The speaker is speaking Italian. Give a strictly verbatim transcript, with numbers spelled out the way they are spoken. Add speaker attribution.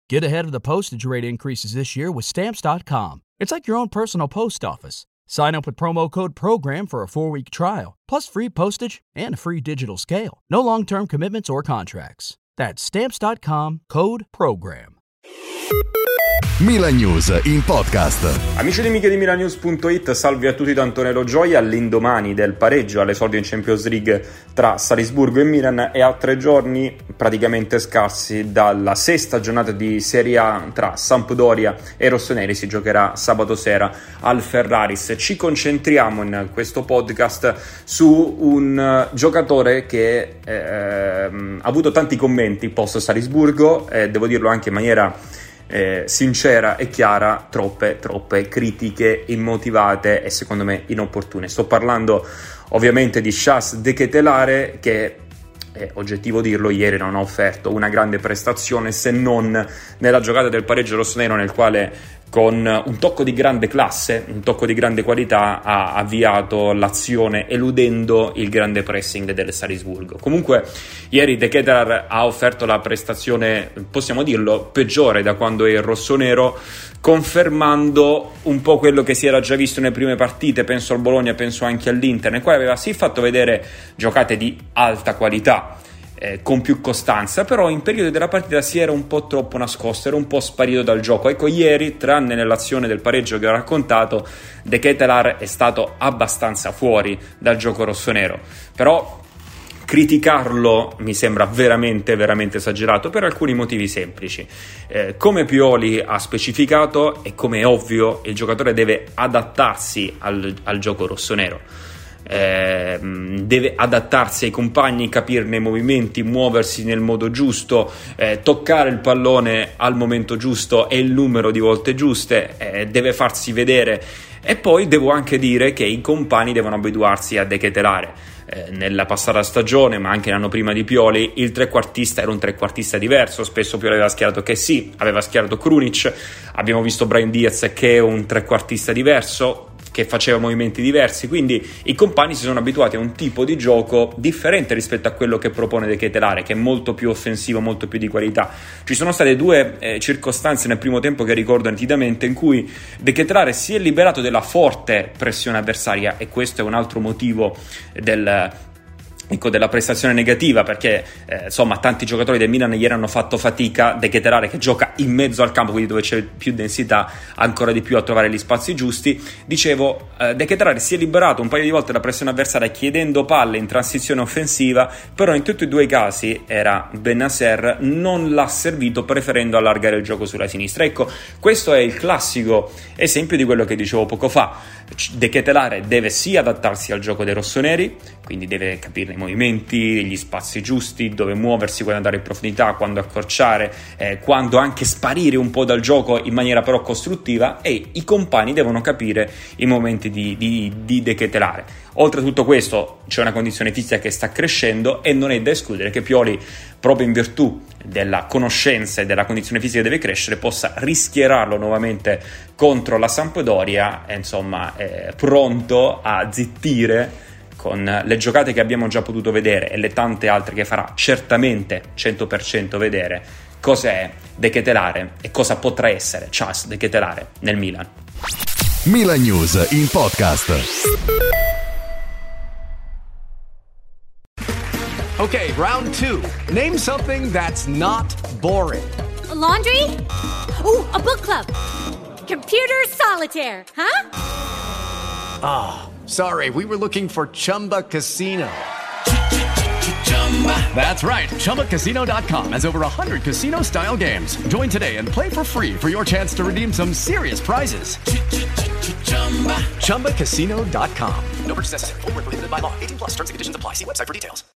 Speaker 1: Get ahead of the postage rate increases this year with Stamps dot com. It's like your own personal post office. Sign up with promo code PROGRAM for a four-week trial, plus free postage and a free digital scale. No long-term commitments or contracts. That's Stamps dot com, code PROGRAM.
Speaker 2: Milan News in podcast.
Speaker 3: Amici ed amiche di Milan News punto it, salve a tutti da Antonello Gioia. All'indomani del pareggio all'esordio in Champions League tra Salisburgo e Milan e a tre giorni praticamente scarsi dalla sesta giornata di Serie A tra Sampdoria e Rossoneri, si giocherà sabato sera al Ferraris. Ci concentriamo in questo podcast su un giocatore che eh, ha avuto tanti commenti post Salisburgo, e eh, devo dirlo anche in maniera Eh, sincera e chiara, troppe troppe critiche immotivate e secondo me inopportune. Sto parlando ovviamente di Chas De Ketelaere, che è oggettivo dirlo, ieri non ha offerto una grande prestazione, se non nella giocata del pareggio rossonero, nel quale con un tocco di grande classe, un tocco di grande qualità, ha avviato l'azione eludendo il grande pressing del Salisburgo. Comunque ieri De Ketelaere ha offerto la prestazione, possiamo dirlo, peggiore da quando è il rossonero, confermando un po' quello che si era già visto nelle prime partite. Penso al Bologna, penso anche all'Inter, nel quale aveva sì fatto vedere giocate di alta qualità, Eh, con più costanza, però in periodi della partita si era un po' troppo nascosto, era un po' sparito dal gioco. Ecco, ieri, tranne nell'azione del pareggio che ho raccontato, De Ketelaere è stato abbastanza fuori dal gioco rossonero. Però criticarlo mi sembra veramente veramente esagerato per alcuni motivi semplici. Eh, come Pioli ha specificato, e come è ovvio, il giocatore deve adattarsi al, al gioco rossonero. Eh, deve adattarsi ai compagni, capirne i movimenti, muoversi nel modo giusto, eh, toccare il pallone al momento giusto e il numero di volte giuste, eh, deve farsi vedere. E poi devo anche dire che i compagni devono abituarsi a De Ketelaere. Eh, nella passata stagione, ma anche l'anno prima di Pioli, il trequartista era un trequartista diverso. Spesso Pioli aveva schierato che sì, aveva schierato Krunic, abbiamo visto Brahim Diaz che è un trequartista diverso, che faceva movimenti diversi, quindi i compagni si sono abituati a un tipo di gioco differente rispetto a quello che propone De Ketelaere, che è molto più offensivo, molto più di qualità. Ci sono state due eh, circostanze nel primo tempo che ricordo nitidamente, in cui De Ketelaere si è liberato della forte pressione avversaria, e questo è un altro motivo del Ecco, della prestazione negativa, perché eh, insomma tanti giocatori del Milan ieri hanno fatto fatica. De Ketelaere, che gioca in mezzo al campo, quindi dove c'è più densità, ancora di più a trovare gli spazi giusti. Dicevo, eh, De Ketelaere si è liberato un paio di volte dalla pressione avversaria chiedendo palle in transizione offensiva, però in tutti e due i casi era Bennacer, non l'ha servito, preferendo allargare il gioco sulla sinistra. Ecco, questo è il classico esempio di quello che dicevo poco fa. De Ketelaere deve sì adattarsi al gioco dei rossoneri, quindi deve capire i movimenti, gli spazi giusti, dove muoversi, quando andare in profondità, quando accorciare, eh, quando anche sparire un po' dal gioco in maniera però costruttiva, e i compagni devono capire i momenti di, di, di De Ketelaere. Oltre a tutto questo c'è una condizione fisica che sta crescendo, e non è da escludere che Pioli, proprio in virtù della conoscenza e della condizione fisica che deve crescere, possa rischierarlo nuovamente contro la Sampdoria, e insomma è pronto a zittire con le giocate che abbiamo già potuto vedere e le tante altre che farà certamente cento per cento vedere cos'è De Ketelaere e cosa potrà essere Chas De Ketelaere nel Milan.
Speaker 2: Milan News in podcast.
Speaker 4: Okay, round two. Name something that's not boring.
Speaker 5: A laundry? Ooh, a book club. Computer solitaire, huh?
Speaker 4: Ah, oh, sorry, we were looking for Chumba Casino. That's right, Chumba Casino dot com has over one hundred casino-style games. Join today and play for free for your chance to redeem some serious prizes. Chumba Casino dot com. No purchase necessary. Void where prohibited by law. eighteen plus terms and conditions apply. See website for details.